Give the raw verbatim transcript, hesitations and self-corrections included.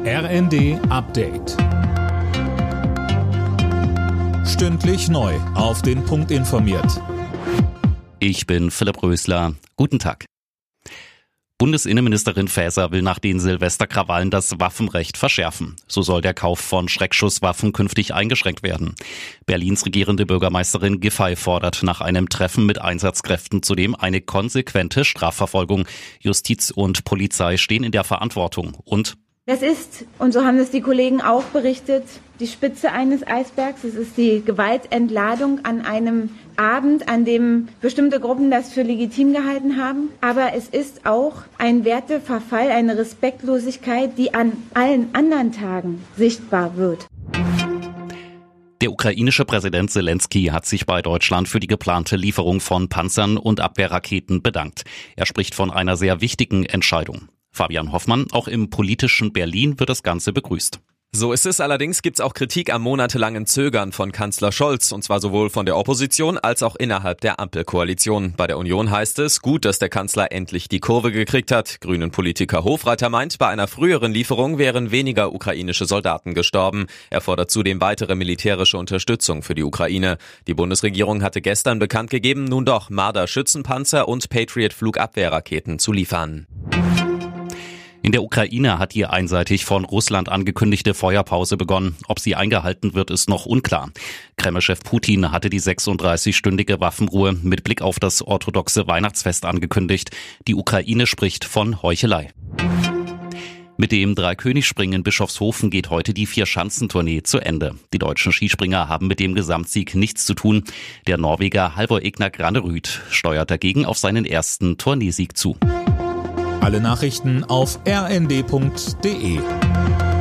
R N D Update. Stündlich neu auf den Punkt informiert. Ich bin Philipp Rösler. Guten Tag. Bundesinnenministerin Faeser will nach den Silvesterkrawallen das Waffenrecht verschärfen. So soll der Kauf von Schreckschusswaffen künftig eingeschränkt werden. Berlins regierende Bürgermeisterin Giffey fordert nach einem Treffen mit Einsatzkräften zudem eine konsequente Strafverfolgung. Justiz und Polizei stehen in der Verantwortung. Und das ist, und so haben es die Kollegen auch berichtet, die Spitze eines Eisbergs. Es ist die Gewaltentladung an einem Abend, an dem bestimmte Gruppen das für legitim gehalten haben. Aber es ist auch ein Werteverfall, eine Respektlosigkeit, die an allen anderen Tagen sichtbar wird. Der ukrainische Präsident Selenskyj hat sich bei Deutschland für die geplante Lieferung von Panzern und Abwehrraketen bedankt. Er spricht von einer sehr wichtigen Entscheidung. Fabian Hoffmann, auch im politischen Berlin wird das Ganze begrüßt. So ist es, allerdings gibt's auch Kritik am monatelangen Zögern von Kanzler Scholz, und zwar sowohl von der Opposition als auch innerhalb der Ampelkoalition. Bei der Union heißt es, gut, dass der Kanzler endlich die Kurve gekriegt hat. Grünen-Politiker Hofreiter meint, bei einer früheren Lieferung wären weniger ukrainische Soldaten gestorben. Er fordert zudem weitere militärische Unterstützung für die Ukraine. Die Bundesregierung hatte gestern bekannt gegeben, nun doch Marder-Schützenpanzer und Patriot-Flugabwehrraketen zu liefern. In der Ukraine hat die einseitig von Russland angekündigte Feuerpause begonnen. Ob sie eingehalten wird, ist noch unklar. Kreml-Chef Putin hatte die sechsunddreißig-stündige Waffenruhe mit Blick auf das orthodoxe Weihnachtsfest angekündigt. Die Ukraine spricht von Heuchelei. Mit dem Dreikönigsspringen in Bischofshofen geht heute die Vier-Schanzentournee zu Ende. Die deutschen Skispringer haben mit dem Gesamtsieg nichts zu tun. Der Norweger Halvor Egner Granerud steuert dagegen auf seinen ersten Tourneesieg zu. Alle Nachrichten auf r n d punkt d e.